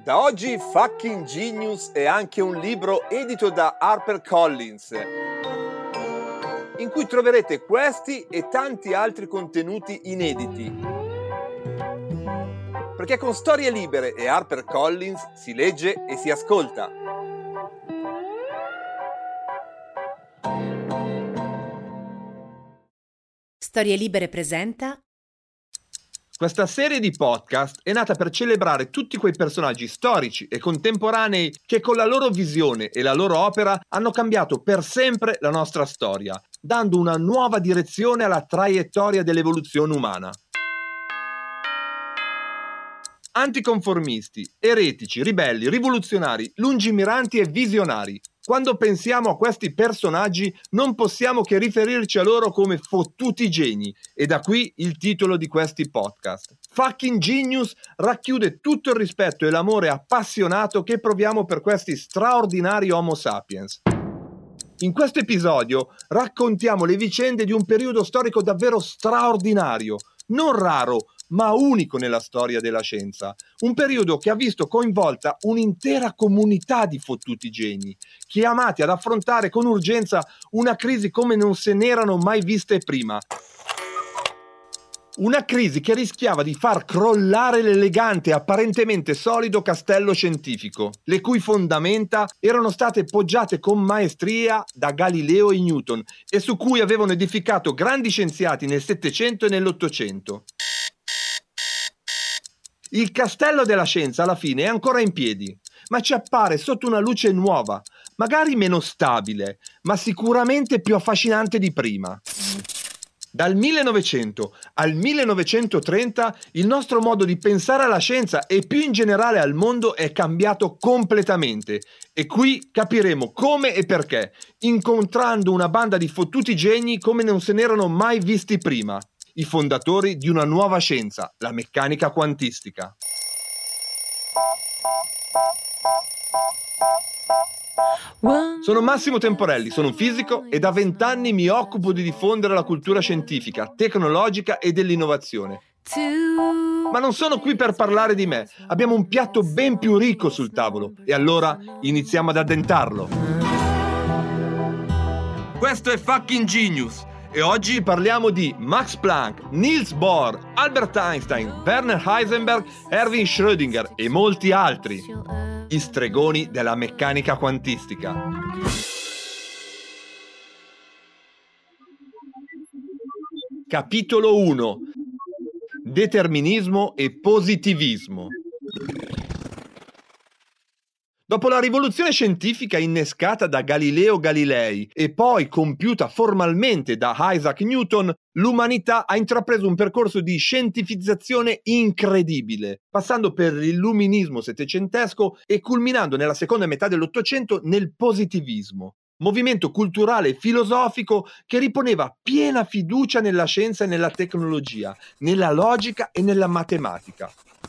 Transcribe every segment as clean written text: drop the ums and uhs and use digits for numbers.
Da oggi Fucking Genius è anche un libro edito da HarperCollins, in cui troverete questi e tanti altri contenuti inediti. Perché con Storie Libere e HarperCollins si legge e si ascolta. Storie Libere presenta. Questa serie di podcast è nata per celebrare tutti quei personaggi storici e contemporanei che con la loro visione e la loro opera hanno cambiato per sempre la nostra storia, dando una nuova direzione alla traiettoria dell'evoluzione umana. Anticonformisti, eretici, ribelli, rivoluzionari, lungimiranti e visionari. Quando pensiamo a questi personaggi non possiamo che riferirci a loro come fottuti geni, e da qui il titolo di questi podcast. Fucking Genius racchiude tutto il rispetto e l'amore appassionato che proviamo per questi straordinari Homo sapiens. In questo episodio raccontiamo le vicende di un periodo storico davvero straordinario, non raro, ma unico nella storia della scienza. Un periodo che ha visto coinvolta un'intera comunità di fottuti geni, chiamati ad affrontare con urgenza una crisi come non se n'erano mai viste prima. Una crisi che rischiava di far crollare l'elegante e apparentemente solido castello scientifico, le cui fondamenta erano state poggiate con maestria da Galileo e Newton e su cui avevano edificato grandi scienziati nel Settecento e nell'Ottocento. Il castello della scienza alla fine è ancora in piedi, ma ci appare sotto una luce nuova, magari meno stabile, ma sicuramente più affascinante di prima. Dal 1900 al 1930 il nostro modo di pensare alla scienza e più in generale al mondo è cambiato completamente e qui capiremo come e perché, incontrando una banda di fottuti geni come non se n'erano mai visti prima, i fondatori di una nuova scienza, la meccanica quantistica. Sono Massimo Temporelli, sono un fisico e da 20 anni mi occupo di diffondere la cultura scientifica, tecnologica e dell'innovazione. Ma non sono qui per parlare di me, abbiamo un piatto ben più ricco sul tavolo e allora iniziamo ad addentarlo. Questo è Fucking Genius e oggi parliamo di Max Planck, Niels Bohr, Albert Einstein, Werner Heisenberg, Erwin Schrödinger e molti altri. Gli stregoni della meccanica quantistica. Capitolo 1. Determinismo e positivismo. Dopo la rivoluzione scientifica innescata da Galileo Galilei e poi compiuta formalmente da Isaac Newton, l'umanità ha intrapreso un percorso di scientificizzazione incredibile, passando per l'illuminismo settecentesco e culminando nella seconda metà dell'Ottocento nel positivismo, movimento culturale e filosofico che riponeva piena fiducia nella scienza e nella tecnologia, nella logica e nella matematica.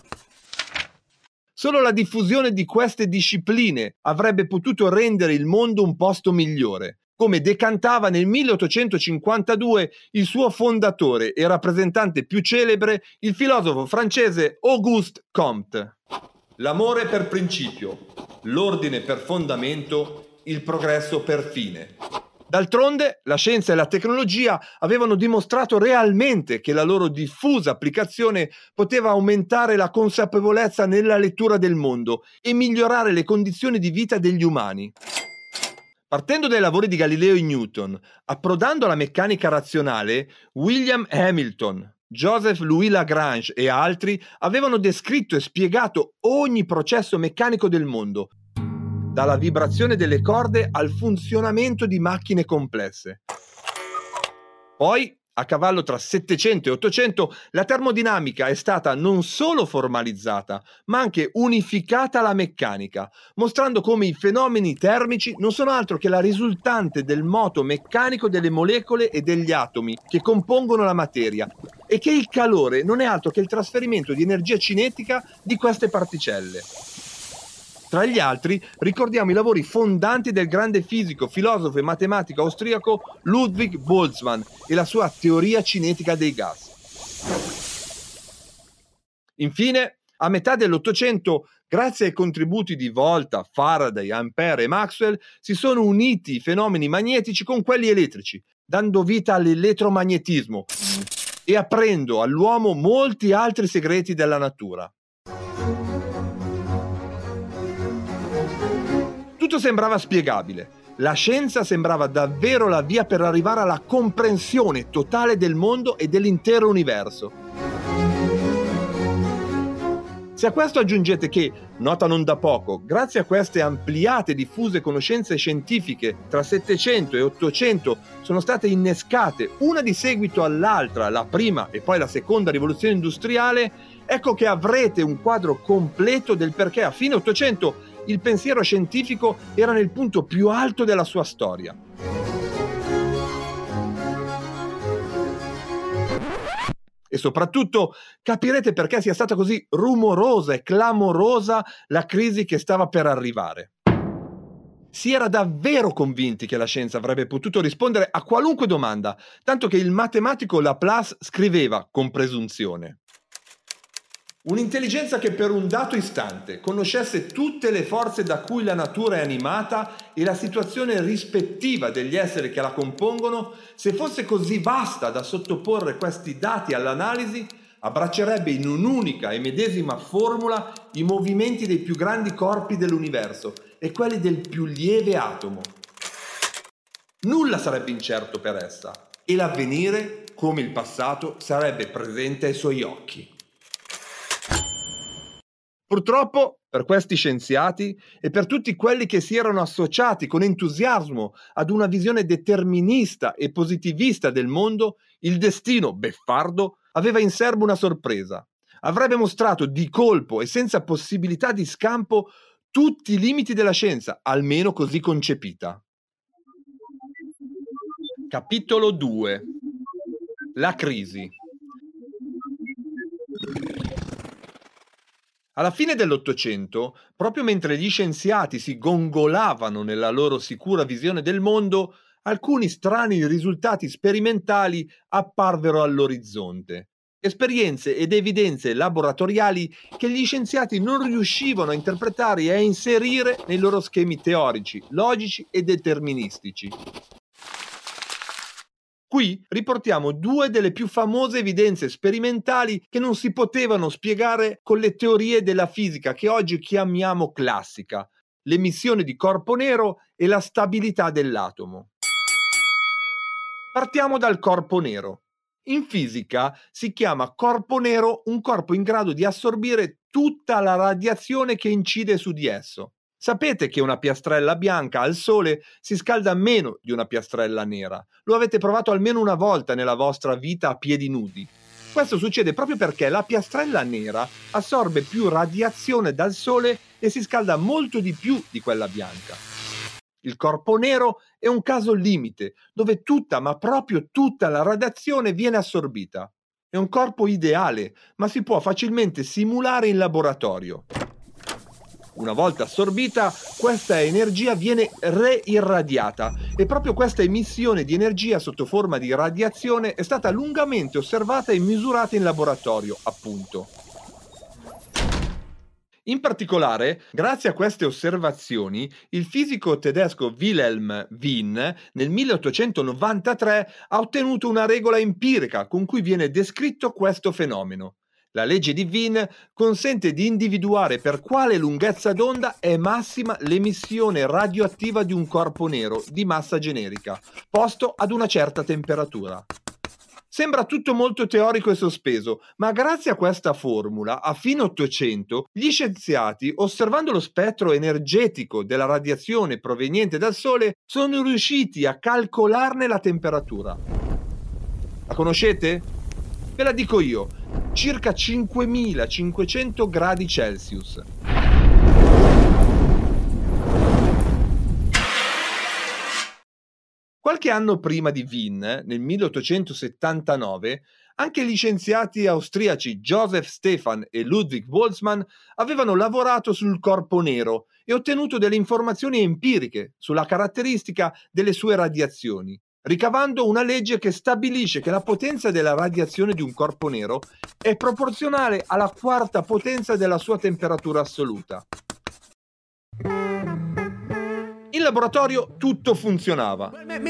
Solo la diffusione di queste discipline avrebbe potuto rendere il mondo un posto migliore, come decantava nel 1852 il suo fondatore e rappresentante più celebre, il filosofo francese Auguste Comte. L'amore per principio, l'ordine per fondamento, il progresso per fine. D'altronde, la scienza e la tecnologia avevano dimostrato realmente che la loro diffusa applicazione poteva aumentare la consapevolezza nella lettura del mondo e migliorare le condizioni di vita degli umani. Partendo dai lavori di Galileo e Newton, approdando alla meccanica razionale, William Hamilton, Joseph Louis Lagrange e altri avevano descritto e spiegato ogni processo meccanico del mondo, dalla vibrazione delle corde al funzionamento di macchine complesse. Poi, a cavallo tra 700 e 800, la termodinamica è stata non solo formalizzata, ma anche unificata alla meccanica, mostrando come i fenomeni termici non sono altro che la risultante del moto meccanico delle molecole e degli atomi che compongono la materia, e che il calore non è altro che il trasferimento di energia cinetica di queste particelle. Tra gli altri ricordiamo i lavori fondanti del grande fisico, filosofo e matematico austriaco Ludwig Boltzmann e la sua teoria cinetica dei gas. Infine, A metà dell'Ottocento, grazie ai contributi di Volta, Faraday, Ampère e Maxwell, si sono uniti i fenomeni magnetici con quelli elettrici, dando vita all'elettromagnetismo e aprendo all'uomo molti altri segreti della natura. Tutto sembrava spiegabile. La scienza sembrava davvero la via per arrivare alla comprensione totale del mondo e dell'intero universo. Se a questo aggiungete che, nota non da poco, grazie a queste ampliate e diffuse conoscenze scientifiche tra 700 e 800 sono state innescate una di seguito all'altra, la prima e poi la seconda rivoluzione industriale, ecco che avrete un quadro completo del perché a fine 800 il pensiero scientifico era nel punto più alto della sua storia. E soprattutto capirete perché sia stata così rumorosa e clamorosa la crisi che stava per arrivare. Si era davvero convinti che la scienza avrebbe potuto rispondere a qualunque domanda, tanto che il matematico Laplace scriveva con presunzione: un'intelligenza che per un dato istante conoscesse tutte le forze da cui la natura è animata e la situazione rispettiva degli esseri che la compongono, se fosse così vasta da sottoporre questi dati all'analisi, abbraccerebbe in un'unica e medesima formula i movimenti dei più grandi corpi dell'universo e quelli del più lieve atomo. Nulla sarebbe incerto per essa e l'avvenire, come il passato, sarebbe presente ai suoi occhi. Purtroppo, per questi scienziati e per tutti quelli che si erano associati con entusiasmo ad una visione determinista e positivista del mondo, il destino beffardo aveva in serbo una sorpresa. Avrebbe mostrato di colpo e senza possibilità di scampo tutti i limiti della scienza, almeno così concepita. Capitolo 2. La crisi. Alla fine dell'Ottocento, proprio mentre gli scienziati si gongolavano nella loro sicura visione del mondo, alcuni strani risultati sperimentali apparvero all'orizzonte. Esperienze ed evidenze laboratoriali che gli scienziati non riuscivano a interpretare e a inserire nei loro schemi teorici, logici e deterministici. Qui riportiamo due delle più famose evidenze sperimentali che non si potevano spiegare con le teorie della fisica che oggi chiamiamo classica: l'emissione di corpo nero e la stabilità dell'atomo. Partiamo dal corpo nero. In fisica si chiama corpo nero un corpo in grado di assorbire tutta la radiazione che incide su di esso. Sapete che una piastrella bianca al sole si scalda meno di una piastrella nera. Lo avete provato almeno una volta nella vostra vita a piedi nudi. Questo succede proprio perché la piastrella nera assorbe più radiazione dal sole e si scalda molto di più di quella bianca. Il corpo nero è un caso limite, dove tutta, ma proprio tutta la radiazione viene assorbita. È un corpo ideale, ma si può facilmente simulare in laboratorio. Una volta assorbita, questa energia viene reirradiata e proprio questa emissione di energia sotto forma di radiazione è stata lungamente osservata e misurata in laboratorio, appunto. In particolare, grazie a queste osservazioni, il fisico tedesco Wilhelm Wien nel 1893 ha ottenuto una regola empirica con cui viene descritto questo fenomeno. La legge di Wien consente di individuare per quale lunghezza d'onda è massima l'emissione radioattiva di un corpo nero di massa generica, posto ad una certa temperatura. Sembra tutto molto teorico e sospeso, ma grazie a questa formula, a fine Ottocento, gli scienziati, osservando lo spettro energetico della radiazione proveniente dal Sole, sono riusciti a calcolarne la temperatura. La conoscete? Ve la dico io, circa 5500 gradi Celsius. Qualche anno prima di Wien, nel 1879, anche gli scienziati austriaci Joseph Stefan e Ludwig Boltzmann avevano lavorato sul corpo nero e ottenuto delle informazioni empiriche sulla caratteristica delle sue radiazioni. ricavando una legge che stabilisce che la potenza della radiazione di un corpo nero è proporzionale alla quarta potenza della sua temperatura assoluta. In laboratorio tutto funzionava.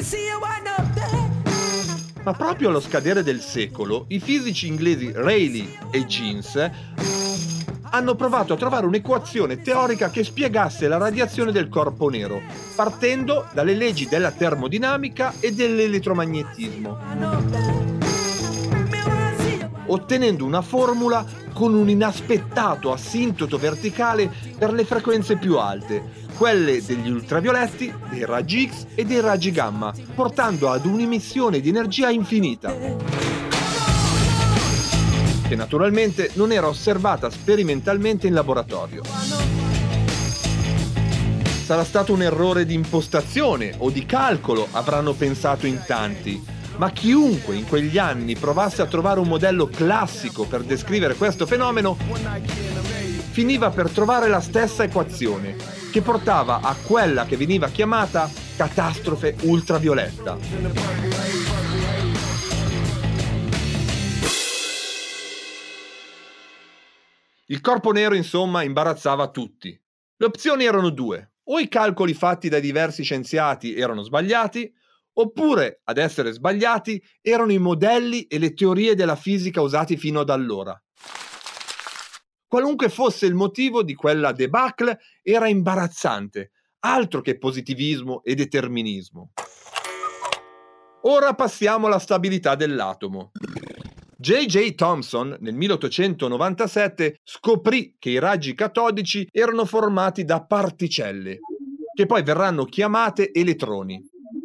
Ma proprio allo scadere del secolo, i fisici inglesi Rayleigh e Jeans hanno provato a trovare un'equazione teorica che spiegasse la radiazione del corpo nero, partendo dalle leggi della termodinamica e dell'elettromagnetismo, ottenendo una formula con un inaspettato assintoto verticale per le frequenze più alte, quelle degli ultravioletti, dei raggi X e dei raggi gamma, portando ad un'emissione di energia infinita, che naturalmente non era osservata sperimentalmente in laboratorio. Sarà stato un errore di impostazione o di calcolo, avranno pensato in tanti, ma chiunque in quegli anni provasse a trovare un modello classico per descrivere questo fenomeno finiva per trovare la stessa equazione, che portava a quella che veniva chiamata catastrofe ultravioletta. Il corpo nero, insomma, imbarazzava tutti. Le opzioni erano due: o i calcoli fatti dai diversi scienziati erano sbagliati, oppure, ad essere sbagliati, erano i modelli e le teorie della fisica usati fino ad allora. Qualunque fosse il motivo di quella debacle, era imbarazzante, altro che positivismo e determinismo. Ora passiamo alla stabilità dell'atomo. J.J. Thomson nel 1897 scoprì che i raggi catodici erano formati da particelle, che poi verranno chiamate elettroni.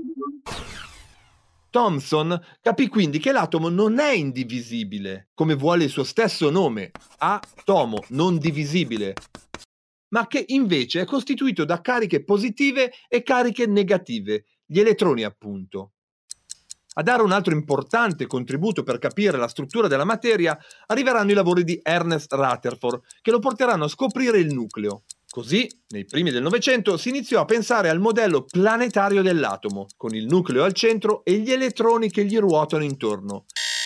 Thomson capì quindi che l'atomo non è indivisibile, come vuole il suo stesso nome, atomo, non divisibile, ma che invece è costituito da cariche positive e cariche negative, gli elettroni appunto. A dare un altro importante contributo per capire la struttura della materia arriveranno i lavori di Ernest Rutherford, che lo porteranno a scoprire il nucleo. Così, nei primi del Novecento, si iniziò a pensare al modello planetario dell'atomo, con il nucleo al centro e gli elettroni che gli ruotano intorno.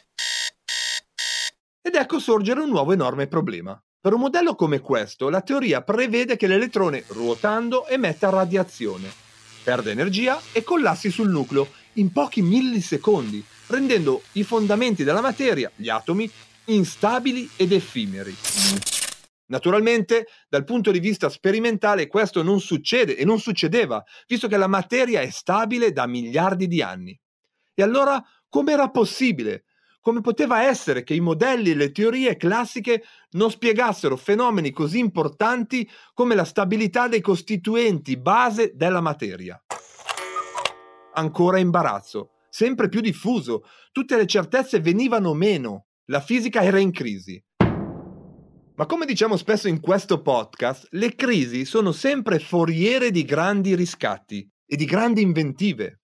Ed ecco sorgere un nuovo enorme problema. Per un modello come questo, la teoria prevede che l'elettrone, ruotando, emetta radiazione, perde energia e collassi sul nucleo in pochi millisecondi, rendendo i fondamenti della materia, gli atomi, instabili ed effimeri. Naturalmente, dal punto di vista sperimentale, questo non succede e non succedeva, visto che la materia è stabile da miliardi di anni. E allora, com'era possibile? Come poteva essere che i modelli e le teorie classiche non spiegassero fenomeni così importanti come la stabilità dei costituenti base della materia? Ancora imbarazzo, sempre più diffuso, tutte le certezze venivano meno, la fisica era in crisi. Ma come diciamo spesso in questo podcast, le crisi sono sempre foriere di grandi riscatti e di grandi inventive.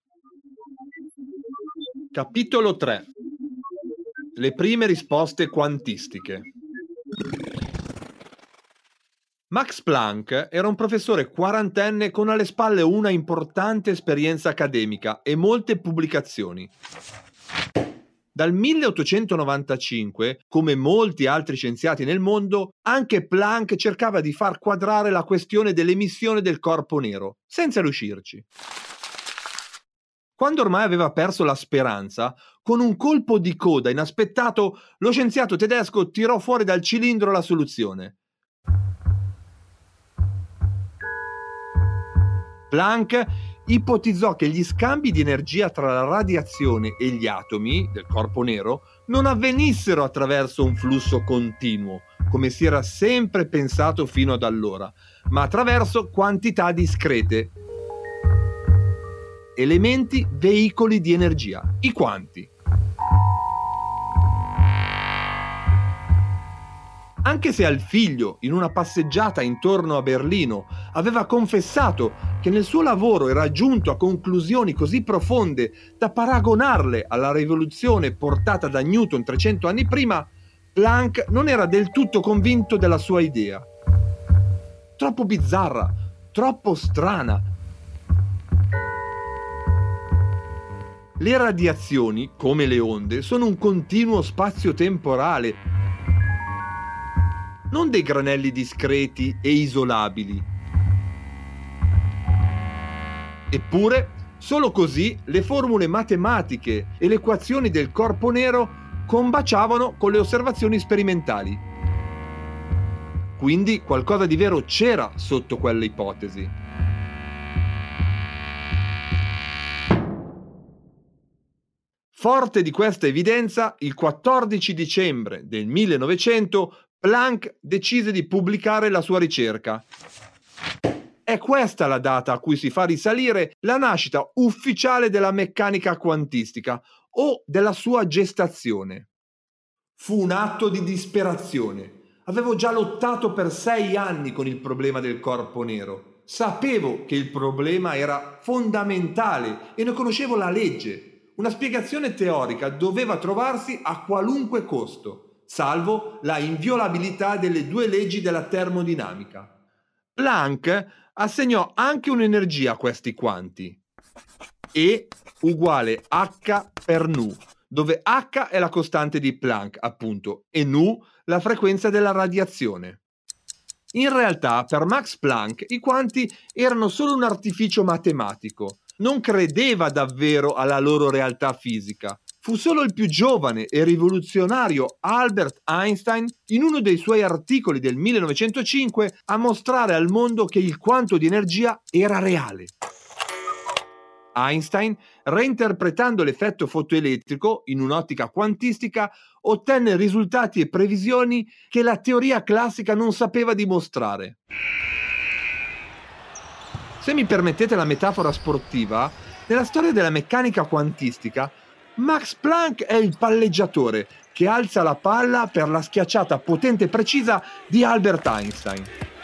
Capitolo 3. Le prime risposte quantistiche. Max Planck era un professore quarantenne con alle spalle una importante esperienza accademica e molte pubblicazioni. Dal 1895, come molti altri scienziati nel mondo, anche Planck cercava di far quadrare la questione dell'emissione del corpo nero, senza riuscirci. Quando ormai aveva perso la speranza, con un colpo di coda inaspettato, lo scienziato tedesco tirò fuori dal cilindro la soluzione. Planck ipotizzò che gli scambi di energia tra la radiazione e gli atomi del corpo nero non avvenissero attraverso un flusso continuo, come si era sempre pensato fino ad allora, ma attraverso quantità discrete. Elementi veicoli di energia, i quanti. Anche se al figlio, in una passeggiata intorno a Berlino, aveva confessato che nel suo lavoro era giunto a conclusioni così profonde da paragonarle alla rivoluzione portata da Newton 300 anni prima, Planck non era del tutto convinto della sua idea. Troppo bizzarra, troppo strana. Le radiazioni, come le onde, sono un continuo spazio-temporale, non dei granelli discreti e isolabili. Eppure, solo così le formule matematiche e le equazioni del corpo nero combaciavano con le osservazioni sperimentali. Quindi qualcosa di vero c'era sotto quelle ipotesi. Forte di questa evidenza, il 14 dicembre del 1900 Planck decise di pubblicare la sua ricerca. È questa la data a cui si fa risalire la nascita ufficiale della meccanica quantistica o della sua gestazione. Fu un atto di disperazione. Avevo già lottato per 6 anni con il problema del corpo nero. Sapevo che il problema era fondamentale e ne conoscevo la legge. Una spiegazione teorica doveva trovarsi a qualunque costo, salvo la inviolabilità delle 2 leggi della termodinamica. Planck assegnò anche un'energia a questi quanti. E uguale h per nu, dove h è la costante di Planck, appunto, e nu la frequenza della radiazione. In realtà, per Max Planck, i quanti erano solo un artificio matematico. Non credeva davvero alla loro realtà fisica. Fu solo il più giovane e rivoluzionario Albert Einstein, in uno dei suoi articoli del 1905, a mostrare al mondo che il quanto di energia era reale. Einstein, reinterpretando l'effetto fotoelettrico in un'ottica quantistica, ottenne risultati e previsioni che la teoria classica non sapeva dimostrare. Se mi permettete la metafora sportiva, nella storia della meccanica quantistica, Max Planck è il palleggiatore che alza la palla per la schiacciata potente e precisa di Albert Einstein.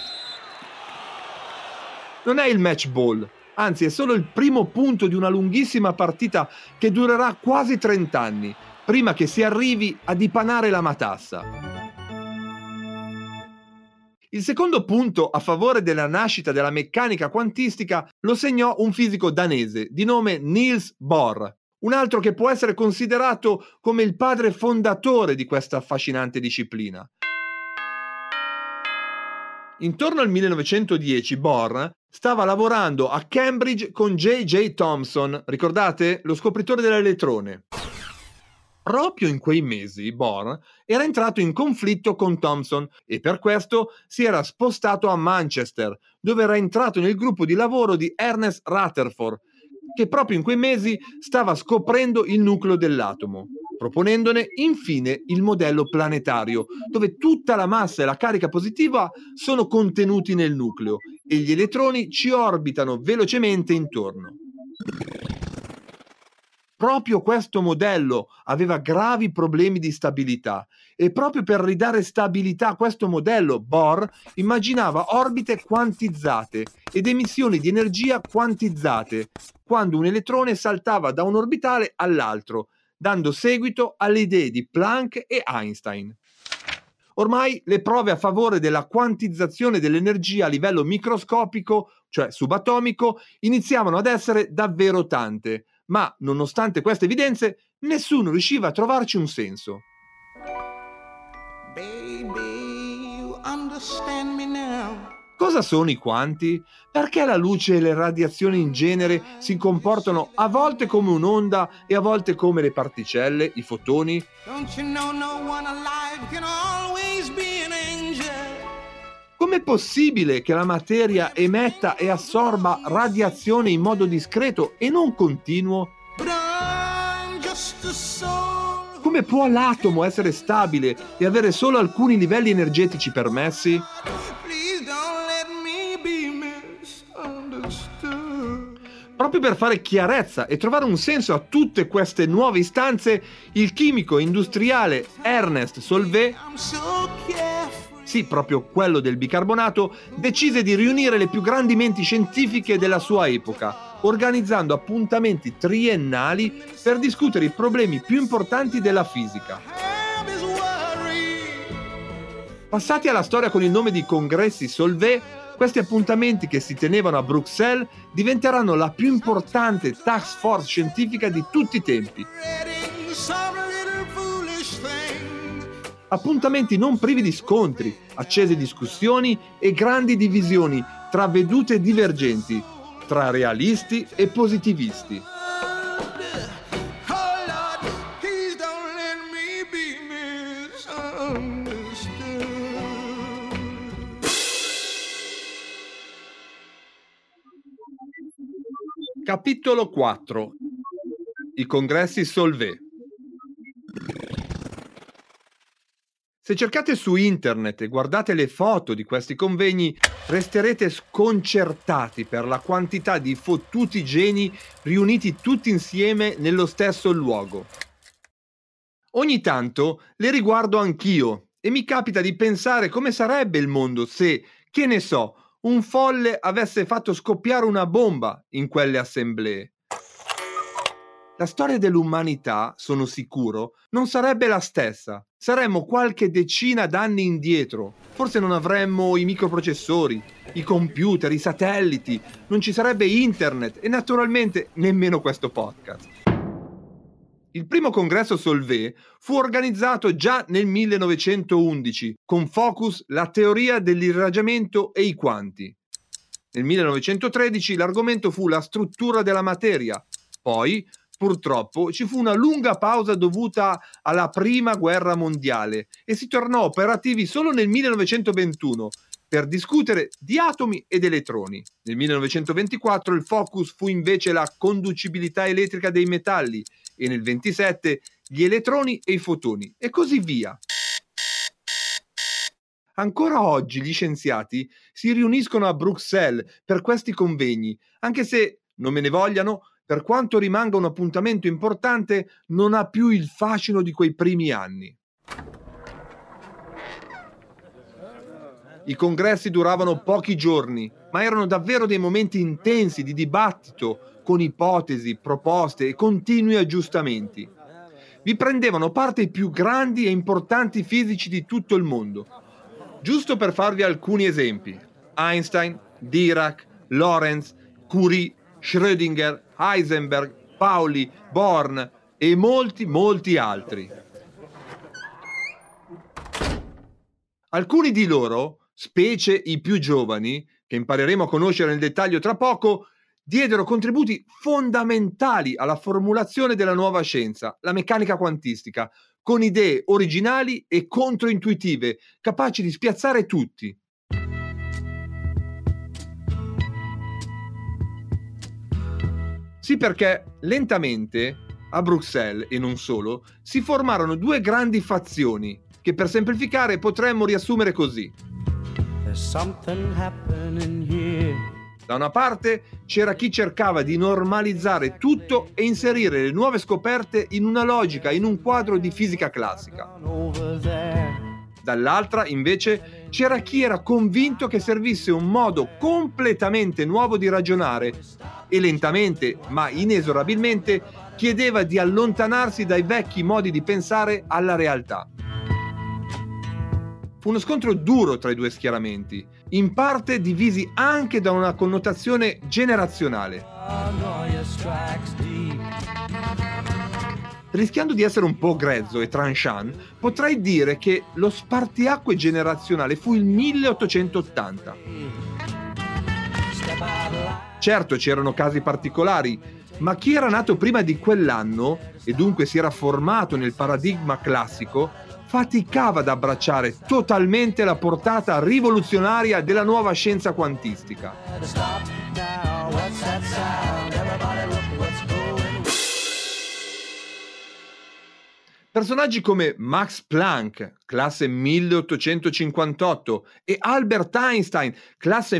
Non è il match ball, anzi è solo il primo punto di una lunghissima partita che durerà quasi 30 anni, prima che si arrivi a dipanare la matassa. Il secondo punto a favore della nascita della meccanica quantistica lo segnò un fisico danese di nome Niels Bohr, un altro che può essere considerato come il padre fondatore di questa affascinante disciplina. Intorno al 1910 Bohr stava lavorando a Cambridge con J.J. Thomson, ricordate? Lo scopritore dell'elettrone. Proprio in quei mesi Bohr era entrato in conflitto con Thomson e per questo si era spostato a Manchester, dove era entrato nel gruppo di lavoro di Ernest Rutherford, che proprio in quei mesi stava scoprendo il nucleo dell'atomo, proponendone infine il modello planetario, dove tutta la massa e la carica positiva sono contenuti nel nucleo e gli elettroni ci orbitano velocemente intorno. Proprio questo modello aveva gravi problemi di stabilità e proprio per ridare stabilità a questo modello Bohr immaginava orbite quantizzate ed emissioni di energia quantizzate quando un elettrone saltava da un orbitale all'altro, dando seguito alle idee di Planck e Einstein. Ormai le prove a favore della quantizzazione dell'energia a livello microscopico, cioè subatomico, iniziavano ad essere davvero tante. Ma, nonostante queste evidenze, nessuno riusciva a trovarci un senso. Baby, you understand me now. Cosa sono i quanti? Perché la luce e le radiazioni in genere si comportano a volte come un'onda e a volte come le particelle, i fotoni? Com'è possibile che la materia emetta e assorba radiazione in modo discreto e non continuo? Come può l'atomo essere stabile e avere solo alcuni livelli energetici permessi? Proprio per fare chiarezza e trovare un senso a tutte queste nuove istanze, il chimico industriale Ernest Solvay, sì, proprio quello del bicarbonato, decise di riunire le più grandi menti scientifiche della sua epoca, organizzando appuntamenti triennali per discutere i problemi più importanti della fisica. Passati alla storia con il nome di Congressi Solvay, Questi appuntamenti, che si tenevano a Bruxelles, diventeranno la più importante task force scientifica di tutti i tempi. Appuntamenti non privi di scontri, accese discussioni e grandi divisioni tra vedute divergenti, tra realisti e positivisti. Capitolo 4. I congressi Solvay. Se cercate su internet e guardate le foto di questi convegni, resterete sconcertati per la quantità di fottuti geni riuniti tutti insieme nello stesso luogo. Ogni tanto le riguardo anch'io e mi capita di pensare come sarebbe il mondo se, che ne so, un folle avesse fatto scoppiare una bomba in quelle assemblee. La storia dell'umanità, sono sicuro, non sarebbe la stessa. Saremmo qualche decina d'anni indietro. Forse non avremmo i microprocessori, i computer, i satelliti, non ci sarebbe internet e naturalmente nemmeno questo podcast. Il primo congresso Solvay fu organizzato già nel 1911 con focus la teoria dell'irraggiamento e i quanti. Nel 1913 l'argomento fu la struttura della materia. Poi, purtroppo, ci fu una lunga pausa dovuta alla Prima Guerra Mondiale e si tornò operativi solo nel 1921 per discutere di atomi ed elettroni. Nel 1924 il focus fu invece la conducibilità elettrica dei metalli e nel 27 gli elettroni e i fotoni e così via. Ancora oggi gli scienziati si riuniscono a Bruxelles per questi convegni, anche se, non me ne vogliano, per quanto rimanga un appuntamento importante, non ha più il fascino di quei primi anni. I congressi duravano pochi giorni, ma erano davvero dei momenti intensi di dibattito, con ipotesi, proposte e continui aggiustamenti. Vi prendevano parte i più grandi e importanti fisici di tutto il mondo. Giusto per farvi alcuni esempi: Einstein, Dirac, Lorentz, Curie, Schrödinger, Heisenberg, Pauli, Born e molti altri. Alcuni di loro, specie i più giovani, che impareremo a conoscere nel dettaglio tra poco, diedero contributi fondamentali alla formulazione della nuova scienza, la meccanica quantistica, con idee originali e controintuitive, capaci di spiazzare tutti. Sì, perché lentamente, a Bruxelles e non solo, si formarono due grandi fazioni, che per semplificare potremmo riassumere così. Da una parte c'era chi cercava di normalizzare tutto e inserire le nuove scoperte in una logica, in un quadro di fisica classica. Dall'altra, invece, c'era chi era convinto che servisse un modo completamente nuovo di ragionare e lentamente, ma inesorabilmente, chiedeva di allontanarsi dai vecchi modi di pensare alla realtà. Fu uno scontro duro tra i due schieramenti, in parte divisi anche da una connotazione generazionale. Rischiando di essere un po' grezzo e tranchant, potrei dire che lo spartiacque generazionale fu il 1880. Certo, c'erano casi particolari, ma chi era nato prima di quell'anno, e dunque si era formato nel paradigma classico, faticava ad abbracciare totalmente la portata rivoluzionaria della nuova scienza quantistica. Personaggi come Max Planck, classe 1858, e Albert Einstein, classe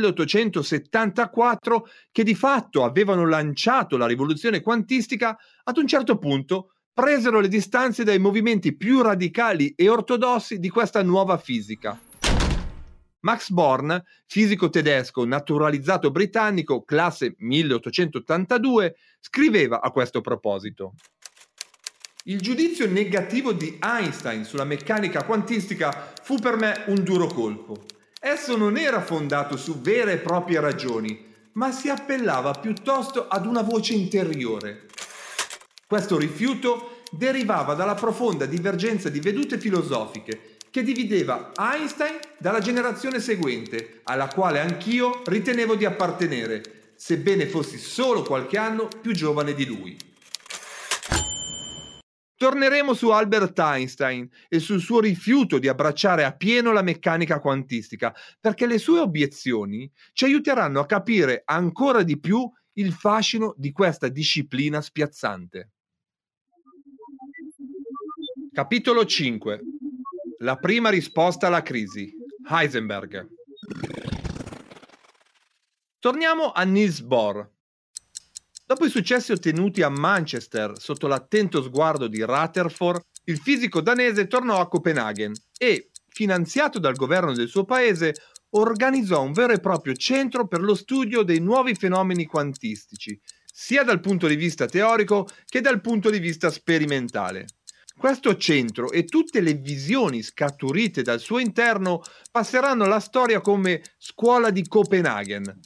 1874, che di fatto avevano lanciato la rivoluzione quantistica, ad un certo punto presero le distanze dai movimenti più radicali e ortodossi di questa nuova fisica. Max Born, fisico tedesco naturalizzato britannico, classe 1882, scriveva a questo proposito: il giudizio negativo di Einstein sulla meccanica quantistica fu per me un duro colpo. Esso non era fondato su vere e proprie ragioni, ma si appellava piuttosto ad una voce interiore. Questo rifiuto derivava dalla profonda divergenza di vedute filosofiche che divideva Einstein dalla generazione seguente, alla quale anch'io ritenevo di appartenere, sebbene fossi solo qualche anno più giovane di lui. Torneremo su Albert Einstein e sul suo rifiuto di abbracciare appieno la meccanica quantistica, perché le sue obiezioni ci aiuteranno a capire ancora di più il fascino di questa disciplina spiazzante. Capitolo 5. La prima risposta alla crisi. Heisenberg. Torniamo a Niels Bohr. Dopo i successi ottenuti a Manchester sotto l'attento sguardo di Rutherford, il fisico danese tornò a Copenaghen e, finanziato dal governo del suo paese, organizzò un vero e proprio centro per lo studio dei nuovi fenomeni quantistici, sia dal punto di vista teorico che dal punto di vista sperimentale. Questo centro e tutte le visioni scaturite dal suo interno passeranno alla storia come Scuola di Copenaghen.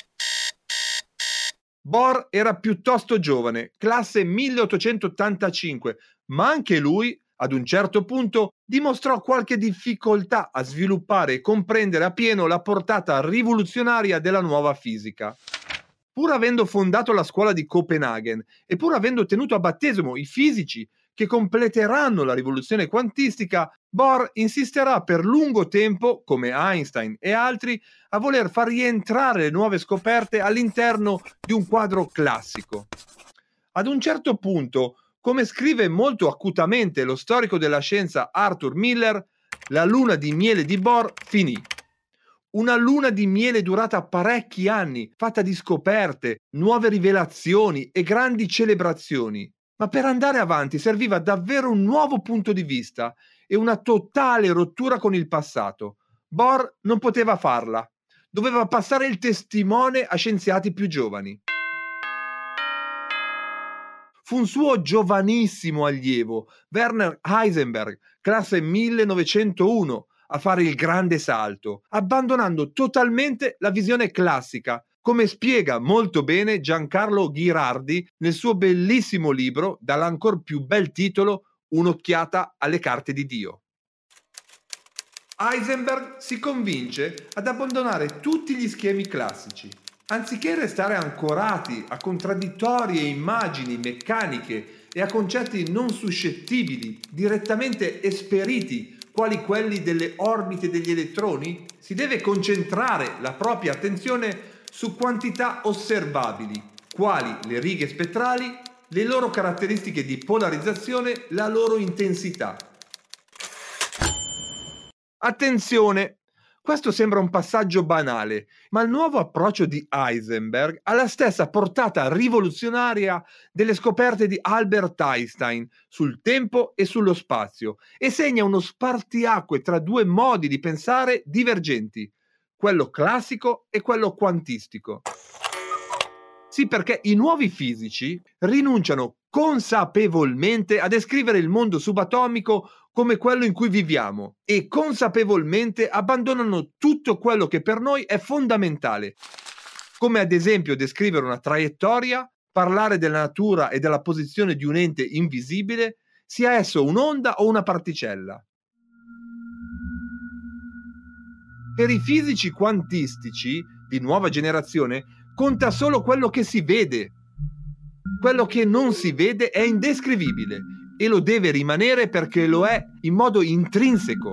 Bohr era piuttosto giovane, classe 1885, ma anche lui, ad un certo punto, dimostrò qualche difficoltà a sviluppare e comprendere appieno la portata rivoluzionaria della nuova fisica. Pur avendo fondato la scuola di Copenaghen e pur avendo tenuto a battesimo i fisici che completeranno la rivoluzione quantistica, Bohr insisterà per lungo tempo, come Einstein e altri, a voler far rientrare le nuove scoperte all'interno di un quadro classico. Ad un certo punto, come scrive molto acutamente lo storico della scienza Arthur Miller, la luna di miele di Bohr finì. Una luna di miele durata parecchi anni, fatta di scoperte, nuove rivelazioni e grandi celebrazioni. Ma per andare avanti serviva davvero un nuovo punto di vista e una totale rottura con il passato. Bohr non poteva farla. Doveva passare il testimone a scienziati più giovani. Fu un suo giovanissimo allievo, Werner Heisenberg, classe 1901, a fare il grande salto, abbandonando totalmente la visione classica, come spiega molto bene Giancarlo Ghirardi nel suo bellissimo libro dall'ancor più bel titolo Un'occhiata alle carte di Dio. Heisenberg si convince ad abbandonare tutti gli schemi classici. Anziché restare ancorati a contraddittorie immagini meccaniche e a concetti non suscettibili, direttamente esperiti, quali quelli delle orbite degli elettroni, si deve concentrare la propria attenzione su quantità osservabili, quali le righe spettrali, le loro caratteristiche di polarizzazione, la loro intensità. Attenzione! Questo sembra un passaggio banale, ma il nuovo approccio di Heisenberg ha la stessa portata rivoluzionaria delle scoperte di Albert Einstein sul tempo e sullo spazio e segna uno spartiacque tra due modi di pensare divergenti, quello classico e quello quantistico. Sì, perché i nuovi fisici rinunciano consapevolmente a descrivere il mondo subatomico come quello in cui viviamo e consapevolmente abbandonano tutto quello che per noi è fondamentale, come ad esempio descrivere una traiettoria, parlare della natura e della posizione di un ente invisibile, sia esso un'onda o una particella. Per i fisici quantistici di nuova generazione conta solo quello che si vede. Quello che non si vede è indescrivibile e lo deve rimanere perché lo è in modo intrinseco.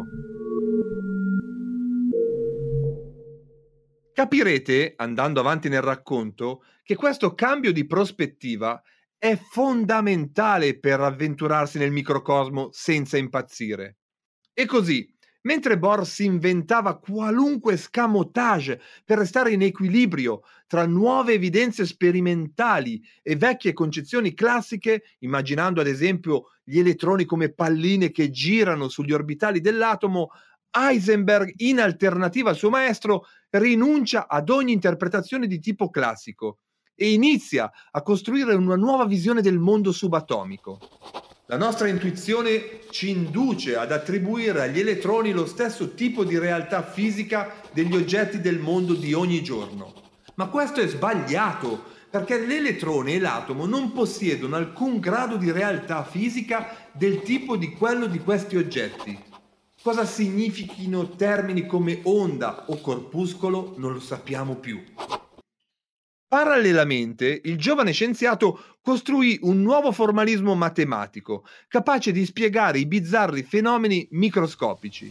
Capirete, andando avanti nel racconto, che questo cambio di prospettiva è fondamentale per avventurarsi nel microcosmo senza impazzire. E così, mentre Bohr si inventava qualunque escamotage per restare in equilibrio tra nuove evidenze sperimentali e vecchie concezioni classiche, immaginando ad esempio gli elettroni come palline che girano sugli orbitali dell'atomo, Heisenberg, in alternativa al suo maestro, rinuncia ad ogni interpretazione di tipo classico e inizia a costruire una nuova visione del mondo subatomico. La nostra intuizione ci induce ad attribuire agli elettroni lo stesso tipo di realtà fisica degli oggetti del mondo di ogni giorno. Ma questo è sbagliato, perché l'elettrone e l'atomo non possiedono alcun grado di realtà fisica del tipo di quello di questi oggetti. Cosa significhino termini come onda o corpuscolo non lo sappiamo più. Parallelamente, il giovane scienziato costruì un nuovo formalismo matematico, capace di spiegare i bizzarri fenomeni microscopici.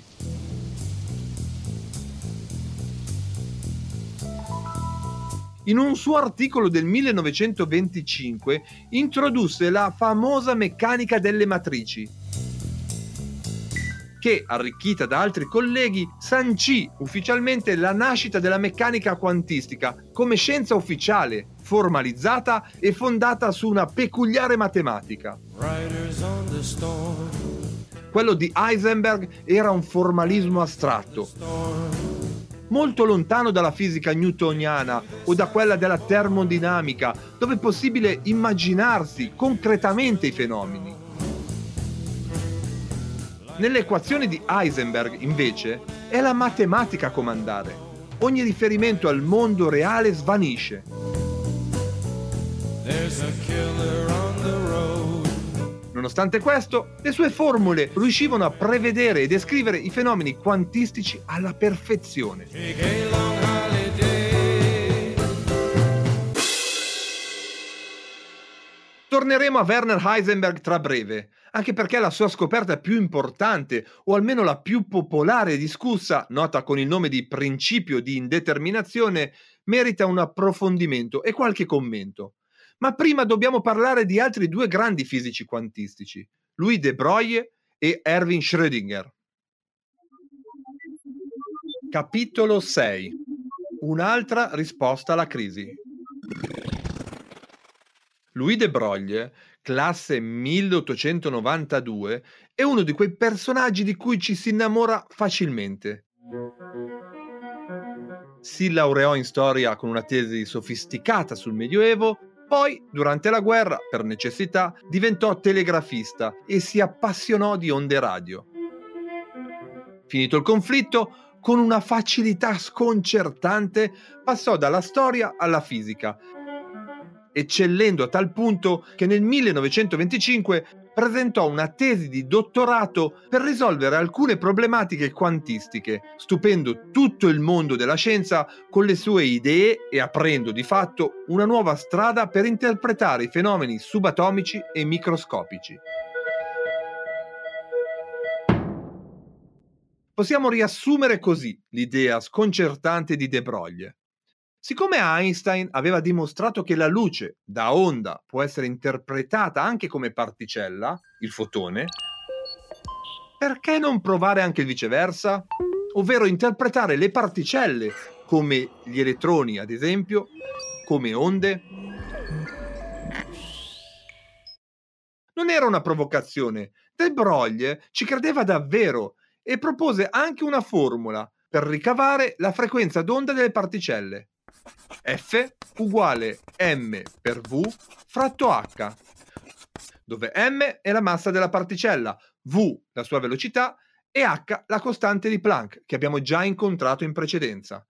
In un suo articolo del 1925 introdusse la famosa meccanica delle matrici, che, arricchita da altri colleghi, sancì ufficialmente la nascita della meccanica quantistica come scienza ufficiale, formalizzata e fondata su una peculiare matematica. Quello di Heisenberg era un formalismo astratto, molto lontano dalla fisica newtoniana o da quella della termodinamica, dove è possibile immaginarsi concretamente i fenomeni. Nelle equazioni di Heisenberg, invece, è la matematica a comandare. Ogni riferimento al mondo reale svanisce. Nonostante questo, le sue formule riuscivano a prevedere e descrivere i fenomeni quantistici alla perfezione. Torneremo a Werner Heisenberg tra breve, anche perché la sua scoperta più importante, o almeno la più popolare e discussa, nota con il nome di principio di indeterminazione, merita un approfondimento e qualche commento. Ma prima dobbiamo parlare di altri due grandi fisici quantistici, Louis de Broglie e Erwin Schrödinger. Capitolo 6. Un'altra risposta alla crisi. Louis de Broglie, classe 1892, è uno di quei personaggi di cui ci si innamora facilmente. Si laureò in storia con una tesi sofisticata sul Medioevo, poi, durante la guerra, per necessità, diventò telegrafista e si appassionò di onde radio. Finito il conflitto, con una facilità sconcertante, passò dalla storia alla fisica, eccellendo a tal punto che nel 1925 presentò una tesi di dottorato per risolvere alcune problematiche quantistiche, stupendo tutto il mondo della scienza con le sue idee e aprendo di fatto una nuova strada per interpretare i fenomeni subatomici e microscopici. Possiamo riassumere così l'idea sconcertante di de Broglie. Siccome Einstein aveva dimostrato che la luce da onda può essere interpretata anche come particella, il fotone, perché non provare anche il viceversa? Ovvero interpretare le particelle, come gli elettroni ad esempio, come onde? Non era una provocazione. De Broglie ci credeva davvero e propose anche una formula per ricavare la frequenza d'onda delle particelle. F uguale m per v fratto h, dove m è la massa della particella, v la sua velocità e h la costante di Planck che abbiamo già incontrato in precedenza.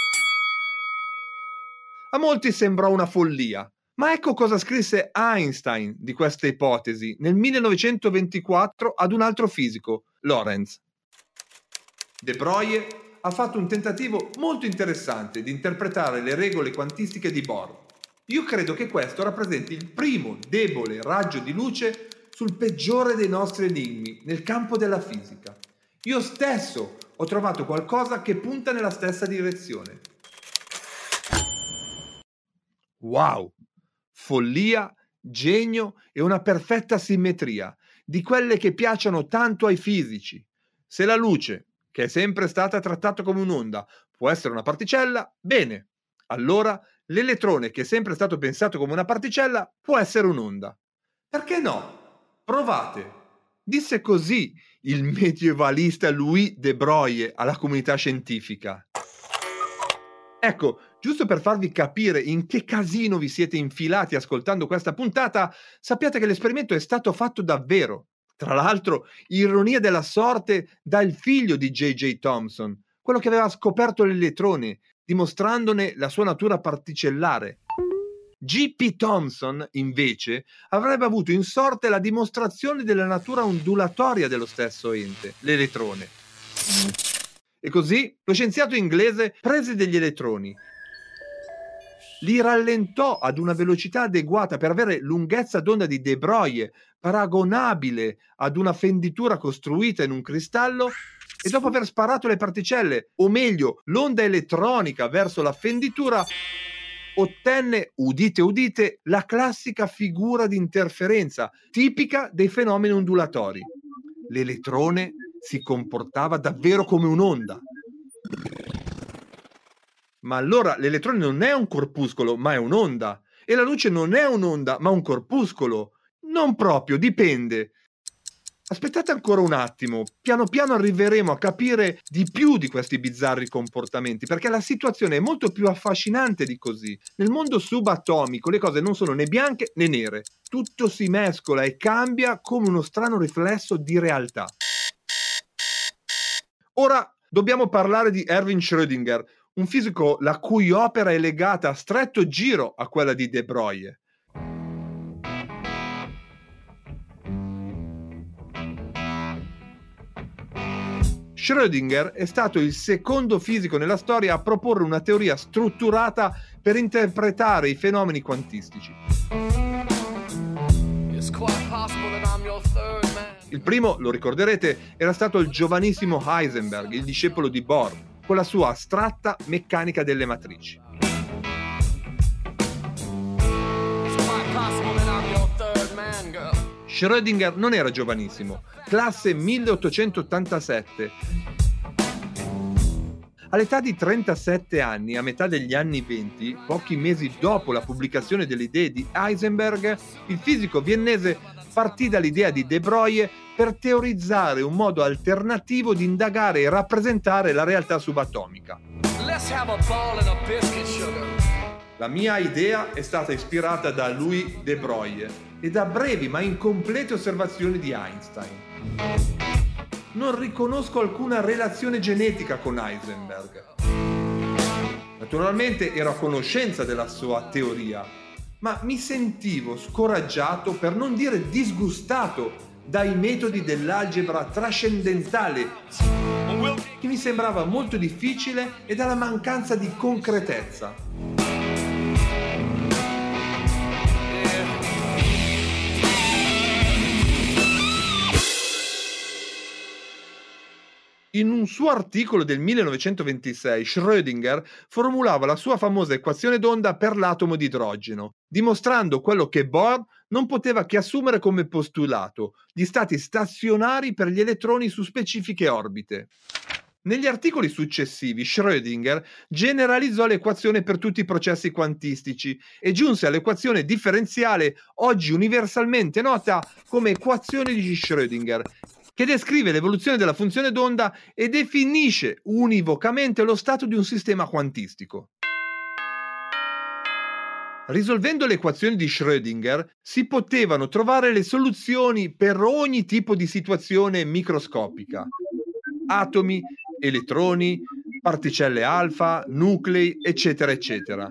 A molti sembrò una follia, ma ecco cosa scrisse Einstein di questa ipotesi nel 1924 ad un altro fisico, Lorentz. De Broglie ha fatto un tentativo molto interessante di interpretare le regole quantistiche di Bohr. Io credo che questo rappresenti il primo debole raggio di luce sul peggiore dei nostri enigmi nel campo della fisica. Io stesso ho trovato qualcosa che punta nella stessa direzione. Wow! Follia, genio e una perfetta simmetria, di quelle che piacciono tanto ai fisici. Se la luce, che è sempre stata trattata come un'onda, può essere una particella, bene. Allora l'elettrone, che è sempre stato pensato come una particella, può essere un'onda. Perché no? Provate. Disse così il medievalista Louis de Broglie alla comunità scientifica. Ecco, giusto per farvi capire in che casino vi siete infilati ascoltando questa puntata, sappiate che l'esperimento è stato fatto davvero. Tra l'altro, ironia della sorte, dal figlio di J.J. Thomson, quello che aveva scoperto l'elettrone, dimostrandone la sua natura particellare. G.P. Thomson, invece, avrebbe avuto in sorte la dimostrazione della natura ondulatoria dello stesso ente, l'elettrone. E così lo scienziato inglese prese degli elettroni, li rallentò ad una velocità adeguata per avere lunghezza d'onda di De Broglie paragonabile ad una fenditura costruita in un cristallo, e dopo aver sparato le particelle, o meglio l'onda elettronica verso la fenditura, ottenne, udite udite, la classica figura di interferenza tipica dei fenomeni ondulatori. L'elettrone si comportava davvero come un'onda. Ma allora l'elettrone non è un corpuscolo, ma è un'onda. E la luce non è un'onda, ma un corpuscolo. Non proprio, dipende. Aspettate ancora un attimo, piano piano arriveremo a capire di più di questi bizzarri comportamenti, perché la situazione è molto più affascinante di così. Nel mondo subatomico le cose non sono né bianche né nere, tutto si mescola e cambia come uno strano riflesso di realtà. Ora dobbiamo parlare di Erwin Schrödinger, un fisico la cui opera è legata a stretto giro a quella di De Broglie. Schrödinger è stato il secondo fisico nella storia a proporre una teoria strutturata per interpretare i fenomeni quantistici. Il primo, lo ricorderete, era stato il giovanissimo Heisenberg, il discepolo di Bohr, con la sua astratta meccanica delle matrici. Schrödinger non era giovanissimo, classe 1887. All'età di 37 anni, a metà degli anni 20, pochi mesi dopo la pubblicazione delle idee di Heisenberg, il fisico viennese partì dall'idea di De Broglie per teorizzare un modo alternativo di indagare e rappresentare la realtà subatomica. La mia idea è stata ispirata da Louis de Broglie e da brevi ma incomplete osservazioni di Einstein. Non riconosco alcuna relazione genetica con Heisenberg. Naturalmente ero a conoscenza della sua teoria, ma mi sentivo scoraggiato, per non dire disgustato, dai metodi dell'algebra trascendentale, che mi sembrava molto difficile, e dalla mancanza di concretezza. In un suo articolo del 1926, Schrödinger formulava la sua famosa equazione d'onda per l'atomo di idrogeno, dimostrando quello che Bohr non poteva che assumere come postulato: gli stati stazionari per gli elettroni su specifiche orbite. Negli articoli successivi, Schrödinger generalizzò l'equazione per tutti i processi quantistici e giunse all'equazione differenziale, oggi universalmente nota come equazione di Schrödinger, che descrive l'evoluzione della funzione d'onda e definisce univocamente lo stato di un sistema quantistico. Risolvendo le equazioni di Schrödinger si potevano trovare le soluzioni per ogni tipo di situazione microscopica: atomi, elettroni, particelle alfa, nuclei, eccetera, eccetera.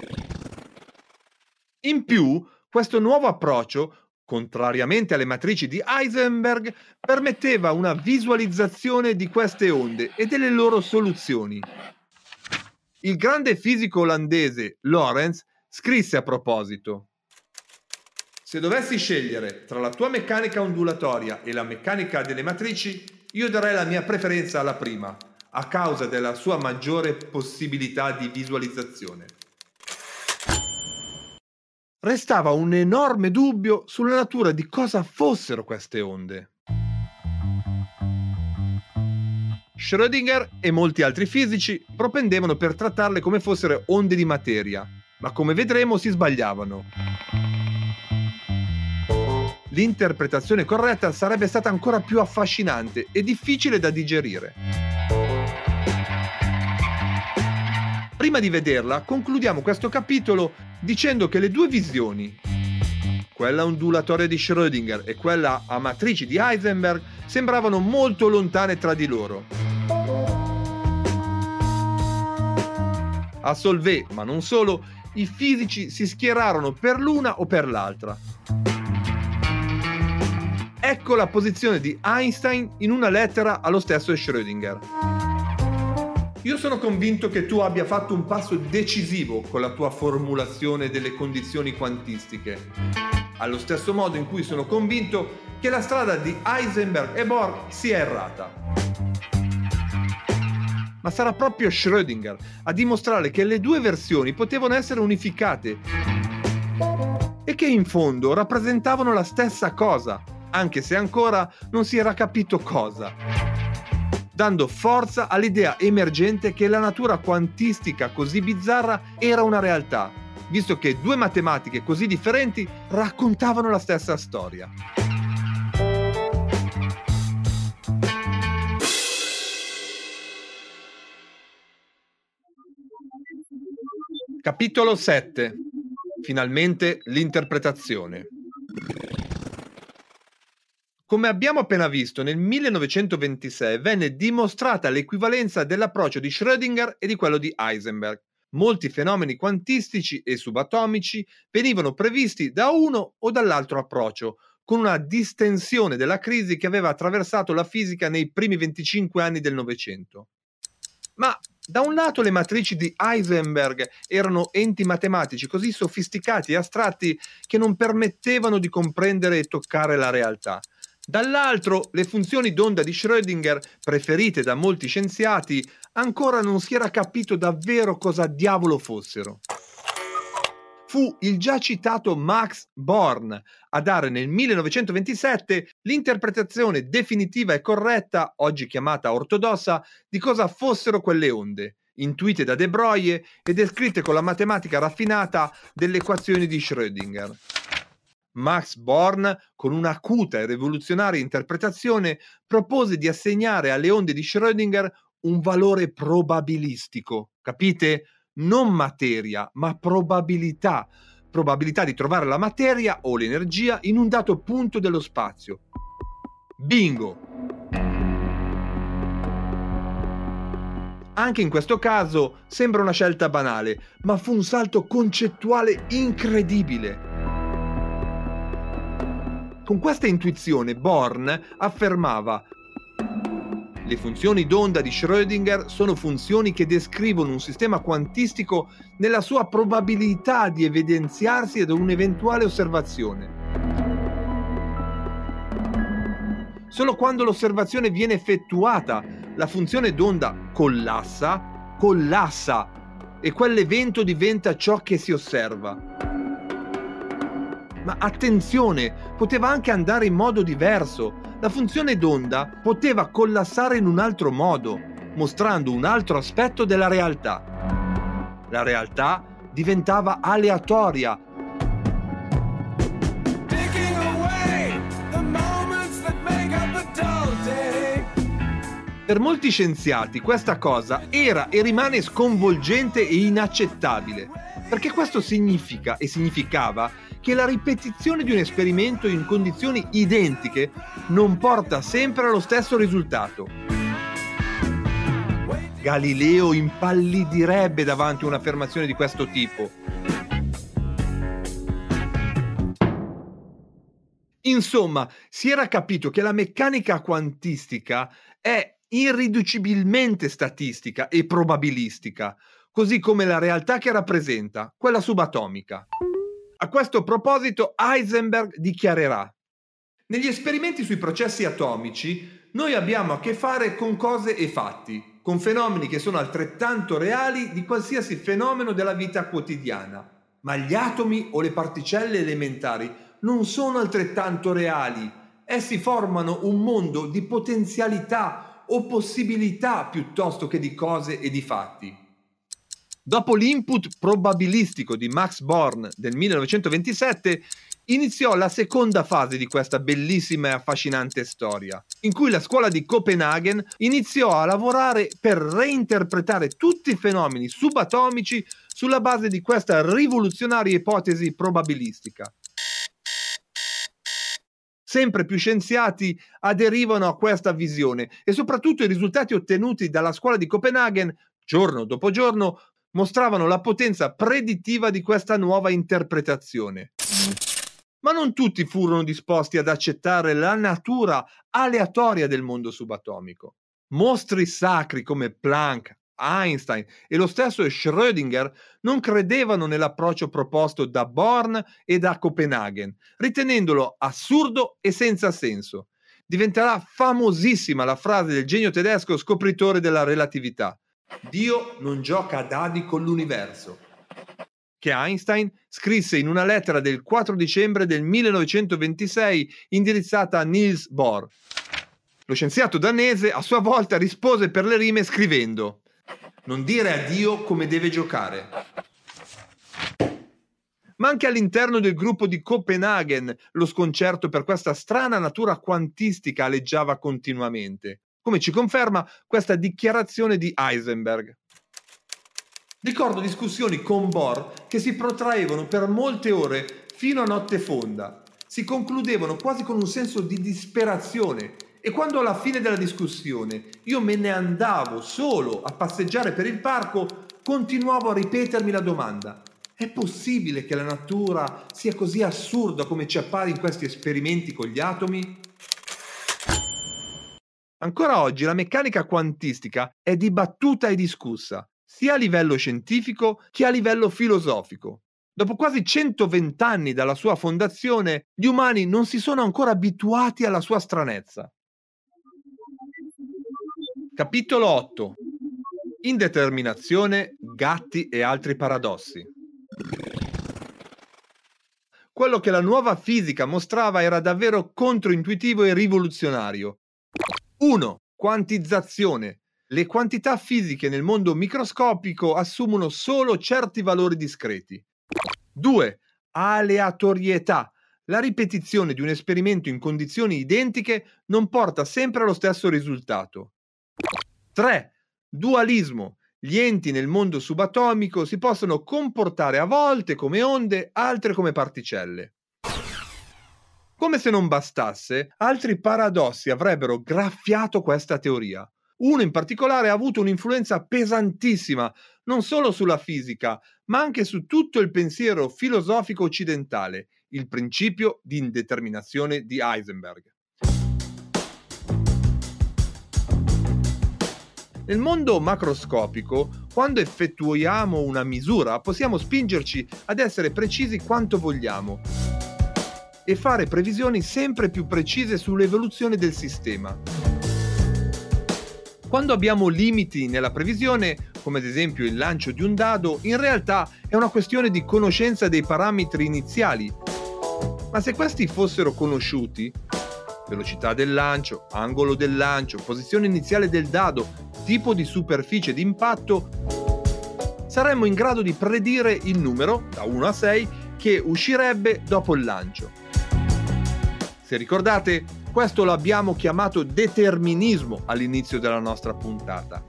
In più, questo nuovo approccio, contrariamente alle matrici di Heisenberg, permetteva una visualizzazione di queste onde e delle loro soluzioni. Il grande fisico olandese Lorentz scrisse a proposito: se dovessi scegliere tra la tua meccanica ondulatoria e la meccanica delle matrici, io darei la mia preferenza alla prima, a causa della sua maggiore possibilità di visualizzazione. Restava un enorme dubbio sulla natura di cosa fossero queste onde. Schrödinger e molti altri fisici propendevano per trattarle come fossero onde di materia, ma come vedremo si sbagliavano. L'interpretazione corretta sarebbe stata ancora più affascinante e difficile da digerire. prima di vederla, concludiamo questo capitolo dicendo che le due visioni, quella ondulatoria di Schrödinger e quella a matrici di Heisenberg, sembravano molto lontane tra di loro. A Solvay, ma non solo, i fisici si schierarono per l'una o per l'altra. Ecco la posizione di Einstein in una lettera allo stesso Schrödinger. Io sono convinto che tu abbia fatto un passo decisivo con la tua formulazione delle condizioni quantistiche, allo stesso modo in cui sono convinto che la strada di Heisenberg e Bohr sia errata. Ma sarà proprio Schrödinger a dimostrare che le due versioni potevano essere unificate e che in fondo rappresentavano la stessa cosa, anche se ancora non si era capito cosa, dando forza all'idea emergente che la natura quantistica così bizzarra era una realtà, visto che due matematiche così differenti raccontavano la stessa storia. Capitolo 7. Finalmente l'interpretazione. Come abbiamo appena visto, nel 1926 venne dimostrata l'equivalenza dell'approccio di Schrödinger e di quello di Heisenberg. Molti fenomeni quantistici e subatomici venivano previsti da uno o dall'altro approccio, con una distensione della crisi che aveva attraversato la fisica nei primi 25 anni del Novecento. Ma da un lato le matrici di Heisenberg erano enti matematici così sofisticati e astratti che non permettevano di comprendere e toccare la realtà. Dall'altro, le funzioni d'onda di Schrödinger, preferite da molti scienziati, ancora non si era capito davvero cosa diavolo fossero. Fu il già citato Max Born a dare nel 1927 l'interpretazione definitiva e corretta, oggi chiamata ortodossa, di cosa fossero quelle onde, intuite da De Broglie e descritte con la matematica raffinata delle equazioni di Schrödinger. Max Born, con un'acuta e rivoluzionaria interpretazione, propose di assegnare alle onde di Schrödinger un valore probabilistico, capite? Non materia, ma probabilità. Probabilità di trovare la materia o l'energia in un dato punto dello spazio. Bingo! Anche in questo caso sembra una scelta banale, ma fu un salto concettuale incredibile. Con questa intuizione Born affermava: le funzioni d'onda di Schrödinger sono funzioni che descrivono un sistema quantistico nella sua probabilità di evidenziarsi ad un'eventuale osservazione. Solo quando l'osservazione viene effettuata, la funzione d'onda collassa e quell'evento diventa ciò che si osserva. Ma attenzione, poteva anche andare in modo diverso. La funzione d'onda poteva collassare in un altro modo, mostrando un altro aspetto della realtà. La realtà diventava aleatoria. Per molti scienziati questa cosa era e rimane sconvolgente e inaccettabile, perché questo significava che la ripetizione di un esperimento in condizioni identiche non porta sempre allo stesso risultato. Galileo impallidirebbe davanti a un'affermazione di questo tipo. Insomma, si era capito che la meccanica quantistica è irriducibilmente statistica e probabilistica, così come la realtà che rappresenta, quella subatomica. A questo proposito Heisenberg dichiarerà: negli esperimenti sui processi atomici noi abbiamo a che fare con cose e fatti, con fenomeni che sono altrettanto reali di qualsiasi fenomeno della vita quotidiana, ma gli atomi o le particelle elementari non sono altrettanto reali, essi formano un mondo di potenzialità o possibilità piuttosto che di cose e di fatti. Dopo l'input probabilistico di Max Born del 1927, iniziò la seconda fase di questa bellissima e affascinante storia, in cui la scuola di Copenaghen iniziò a lavorare per reinterpretare tutti i fenomeni subatomici sulla base di questa rivoluzionaria ipotesi probabilistica. Sempre più scienziati aderivano a questa visione e soprattutto i risultati ottenuti dalla scuola di Copenaghen, giorno dopo giorno, mostravano la potenza predittiva di questa nuova interpretazione. Ma non tutti furono disposti ad accettare la natura aleatoria del mondo subatomico. Mostri sacri come Planck, Einstein e lo stesso Schrödinger non credevano nell'approccio proposto da Born e da Copenaghen, ritenendolo assurdo e senza senso. Diventerà famosissima la frase del genio tedesco scopritore della relatività: Dio non gioca a dadi con l'universo, che Einstein scrisse in una lettera del 4 dicembre del 1926 indirizzata a Niels Bohr. Lo scienziato danese a sua volta rispose per le rime scrivendo: non dire a Dio come deve giocare. Ma anche all'interno del gruppo di Copenaghen lo sconcerto per questa strana natura quantistica aleggiava continuamente, come ci conferma questa dichiarazione di Heisenberg. Ricordo discussioni con Bohr che si protraevano per molte ore fino a notte fonda. Si concludevano quasi con un senso di disperazione e quando alla fine della discussione io me ne andavo solo a passeggiare per il parco, continuavo a ripetermi la domanda: è possibile che la natura sia così assurda come ci appare in questi esperimenti con gli atomi? Ancora oggi la meccanica quantistica è dibattuta e discussa, sia a livello scientifico che a livello filosofico. Dopo quasi 120 anni dalla sua fondazione, gli umani non si sono ancora abituati alla sua stranezza. Capitolo 8. Indeterminazione, gatti e altri paradossi. Quello che la nuova fisica mostrava era davvero controintuitivo e rivoluzionario. 1. Quantizzazione. Le quantità fisiche nel mondo microscopico assumono solo certi valori discreti. 2. Aleatorietà. La ripetizione di un esperimento in condizioni identiche non porta sempre allo stesso risultato. 3. Dualismo. Gli enti nel mondo subatomico si possono comportare a volte come onde, altre come particelle. Come se non bastasse, altri paradossi avrebbero graffiato questa teoria. Uno in particolare ha avuto un'influenza pesantissima non solo sulla fisica, ma anche su tutto il pensiero filosofico occidentale, il principio di indeterminazione di Heisenberg. Nel mondo macroscopico, quando effettuiamo una misura, possiamo spingerci ad essere precisi quanto vogliamo e fare previsioni sempre più precise sull'evoluzione del sistema. Quando abbiamo limiti nella previsione, come ad esempio il lancio di un dado, in realtà è una questione di conoscenza dei parametri iniziali. Ma se questi fossero conosciuti, velocità del lancio, angolo del lancio, posizione iniziale del dado, tipo di superficie di impatto, saremmo in grado di predire il numero, da 1 a 6, che uscirebbe dopo il lancio. Se ricordate, questo lo abbiamo chiamato determinismo all'inizio della nostra puntata.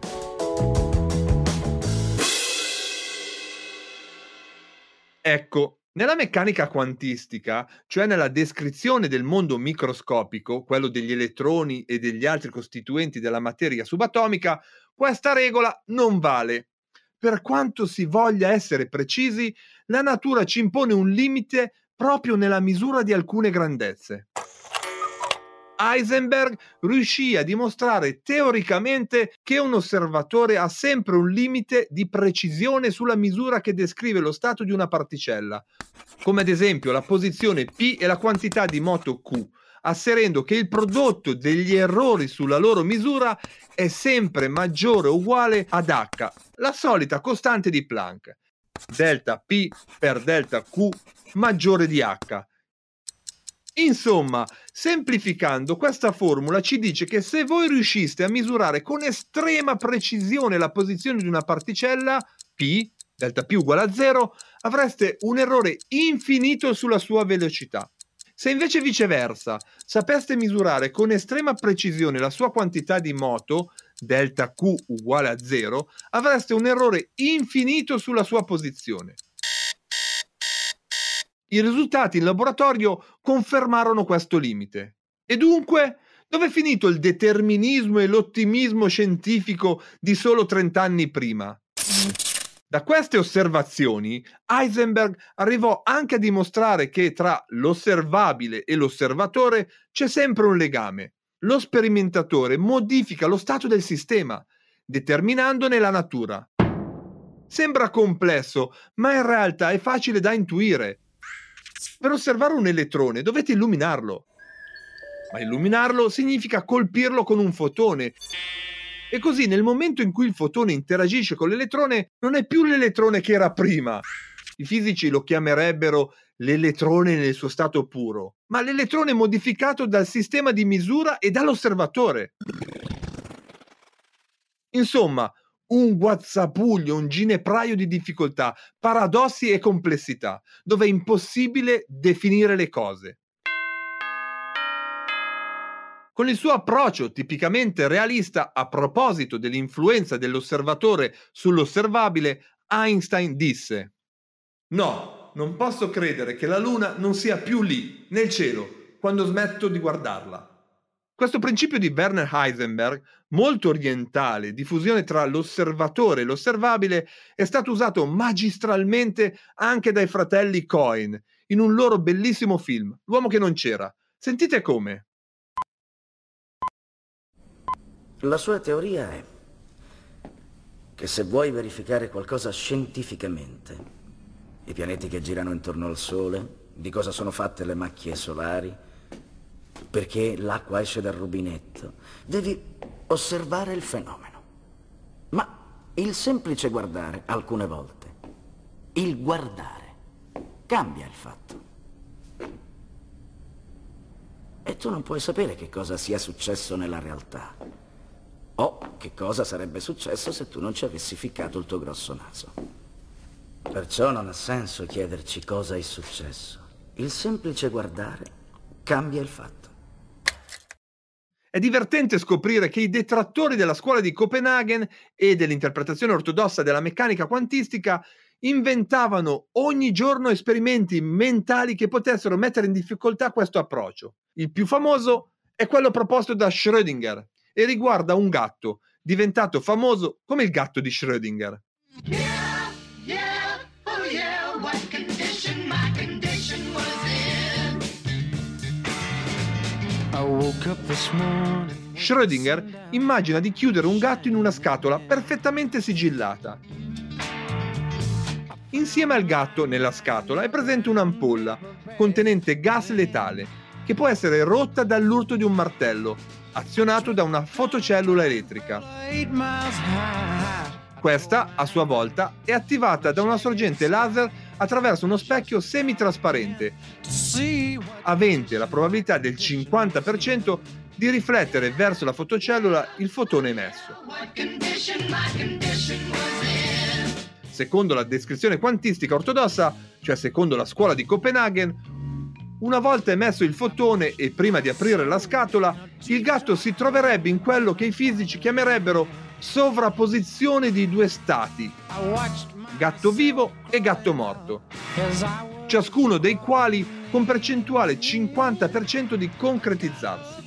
Ecco, nella meccanica quantistica, cioè nella descrizione del mondo microscopico, quello degli elettroni e degli altri costituenti della materia subatomica, questa regola non vale. Per quanto si voglia essere precisi, la natura ci impone un limite proprio nella misura di alcune grandezze. Heisenberg riuscì a dimostrare teoricamente che un osservatore ha sempre un limite di precisione sulla misura che descrive lo stato di una particella, come ad esempio la posizione P e la quantità di moto Q, asserendo che il prodotto degli errori sulla loro misura è sempre maggiore o uguale ad H, la solita costante di Planck. Delta P per delta Q maggiore di H. Insomma, semplificando, questa formula ci dice che se voi riusciste a misurare con estrema precisione la posizione di una particella, P, delta P uguale a 0, avreste un errore infinito sulla sua velocità. Se invece viceversa sapeste misurare con estrema precisione la sua quantità di moto, delta Q uguale a 0, avreste un errore infinito sulla sua posizione. I risultati in laboratorio confermarono questo limite. E dunque, dove è finito il determinismo e l'ottimismo scientifico di solo 30 anni prima? Da queste osservazioni, Heisenberg arrivò anche a dimostrare che tra l'osservabile e l'osservatore c'è sempre un legame. Lo sperimentatore modifica lo stato del sistema, determinandone la natura. Sembra complesso, ma in realtà è facile da intuire. Per osservare un elettrone dovete illuminarlo. Ma illuminarlo significa colpirlo con un fotone. E così nel momento in cui il fotone interagisce con l'elettrone non è più l'elettrone che era prima. I fisici lo chiamerebbero l'elettrone nel suo stato puro, ma l'elettrone modificato dal sistema di misura e dall'osservatore. Insomma, un guazzabuglio, un ginepraio di difficoltà, paradossi e complessità, dove è impossibile definire le cose. Con il suo approccio tipicamente realista a proposito dell'influenza dell'osservatore sull'osservabile, Einstein disse: «No, non posso credere che la Luna non sia più lì, nel cielo, quando smetto di guardarla». Questo principio di Werner Heisenberg, molto orientale, di fusione tra l'osservatore e l'osservabile, è stato usato magistralmente anche dai fratelli Coen in un loro bellissimo film, L'uomo che non c'era. Sentite come. La sua teoria è che se vuoi verificare qualcosa scientificamente, i pianeti che girano intorno al Sole, di cosa sono fatte le macchie solari, perché l'acqua esce dal rubinetto, devi osservare il fenomeno. Ma il semplice guardare, alcune volte, il guardare, cambia il fatto. E tu non puoi sapere che cosa sia successo nella realtà. O che cosa sarebbe successo se tu non ci avessi ficcato il tuo grosso naso. Perciò non ha senso chiederci cosa è successo. Il semplice guardare cambia il fatto. È divertente scoprire che i detrattori della scuola di Copenaghen e dell'interpretazione ortodossa della meccanica quantistica inventavano ogni giorno esperimenti mentali che potessero mettere in difficoltà questo approccio. Il più famoso è quello proposto da Schrödinger e riguarda un gatto diventato famoso come il gatto di Schrödinger. Schrödinger immagina di chiudere un gatto in una scatola perfettamente sigillata. Insieme al gatto, nella scatola, è presente un'ampolla contenente gas letale che può essere rotta dall'urto di un martello, azionato da una fotocellula elettrica. Questa, a sua volta, è attivata da una sorgente laser attraverso uno specchio semitrasparente, avente la probabilità del 50% di riflettere verso la fotocellula il fotone emesso. Secondo la descrizione quantistica ortodossa, cioè secondo la scuola di Copenaghen, una volta emesso il fotone e prima di aprire la scatola, il gatto si troverebbe in quello che i fisici chiamerebbero sovrapposizione di due stati, gatto vivo e gatto morto, ciascuno dei quali con percentuale 50% di concretizzarsi.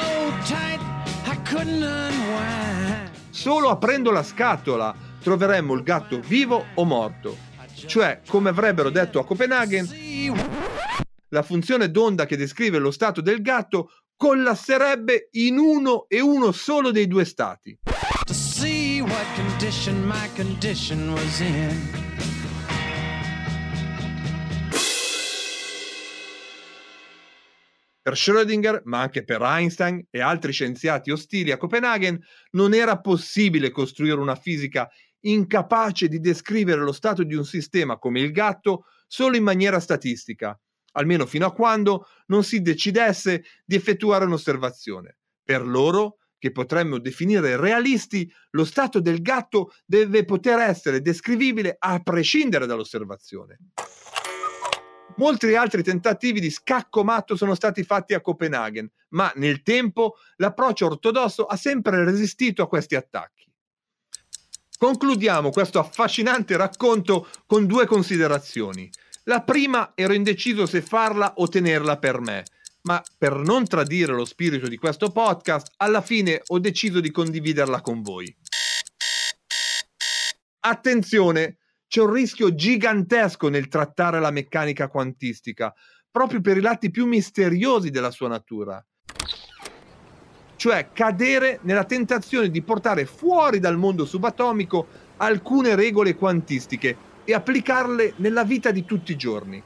Solo aprendo la scatola troveremmo il gatto vivo o morto, cioè, come avrebbero detto a Copenaghen, la funzione d'onda che descrive lo stato del gatto collasserebbe in uno e uno solo dei due stati. Per Schrödinger, ma anche per Einstein e altri scienziati ostili a Copenaghen, non era possibile costruire una fisica incapace di descrivere lo stato di un sistema come il gatto solo in maniera statistica, almeno fino a quando non si decidesse di effettuare un'osservazione. Per loro che potremmo definire realisti, lo stato del gatto deve poter essere descrivibile a prescindere dall'osservazione. Molti altri tentativi di scacco matto sono stati fatti a Copenaghen, ma nel tempo l'approccio ortodosso ha sempre resistito a questi attacchi. Concludiamo questo affascinante racconto con 2 considerazioni. La prima, ero indeciso se farla o tenerla per me, ma per non tradire lo spirito di questo podcast, alla fine ho deciso di condividerla con voi. Attenzione! C'è un rischio gigantesco nel trattare la meccanica quantistica, proprio per i lati più misteriosi della sua natura. Cioè cadere nella tentazione di portare fuori dal mondo subatomico alcune regole quantistiche e applicarle nella vita di tutti i giorni.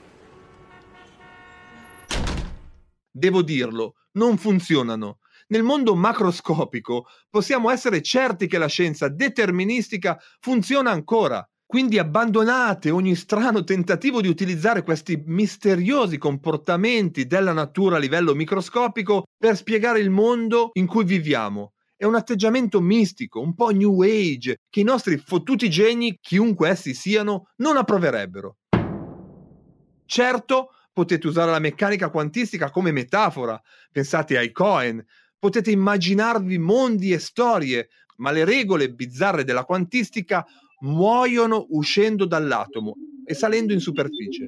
Devo dirlo, non funzionano. Nel mondo macroscopico possiamo essere certi che la scienza deterministica funziona ancora. Quindi abbandonate ogni strano tentativo di utilizzare questi misteriosi comportamenti della natura a livello microscopico per spiegare il mondo in cui viviamo. È un atteggiamento mistico, un po' New Age, che i nostri fottuti geni, chiunque essi siano, non approverebbero. Certo, potete usare la meccanica quantistica come metafora, pensate ai Cohen, potete immaginarvi mondi e storie, ma le regole bizzarre della quantistica muoiono uscendo dall'atomo e salendo in superficie.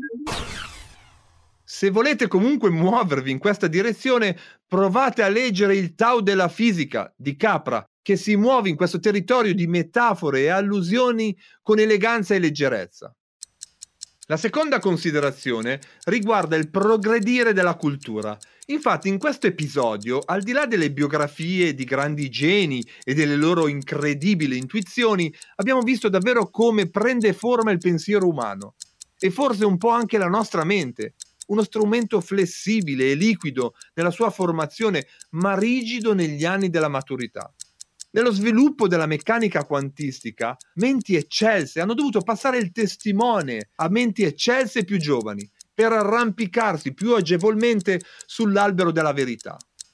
Se volete comunque muovervi in questa direzione, provate a leggere il Tao della fisica di Capra, che si muove in questo territorio di metafore e allusioni con eleganza e leggerezza. La seconda considerazione riguarda il progredire della cultura. Infatti in questo episodio, al di là delle biografie di grandi geni e delle loro incredibili intuizioni, abbiamo visto davvero come prende forma il pensiero umano e forse un po' anche la nostra mente, uno strumento flessibile e liquido nella sua formazione, ma rigido negli anni della maturità. Nello sviluppo della meccanica quantistica, menti eccelse hanno dovuto passare il testimone a menti eccelse più giovani per arrampicarsi più agevolmente sull'albero della verità.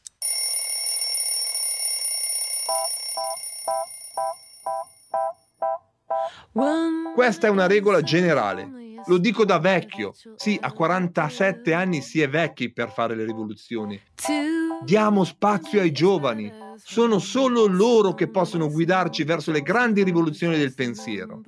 Questa è una regola generale. Lo dico da vecchio. Sì, a 47 anni si è vecchi per fare le rivoluzioni. Diamo spazio ai giovani. Sono solo loro che possono guidarci verso le grandi rivoluzioni del pensiero.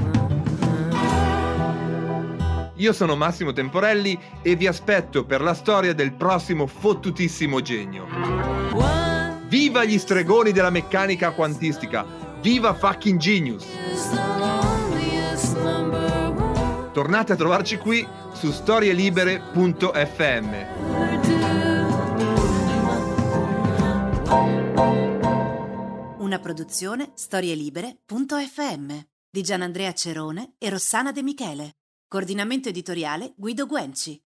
Io sono Massimo Temporelli e vi aspetto per la storia del prossimo fottutissimo genio. Viva gli stregoni della meccanica quantistica! Viva fucking genius! Tornate a trovarci qui su storielibere.fm. Una produzione storielibere.fm di Gianandrea Cerone e Rossana De Michele. Coordinamento editoriale Guido Guenci.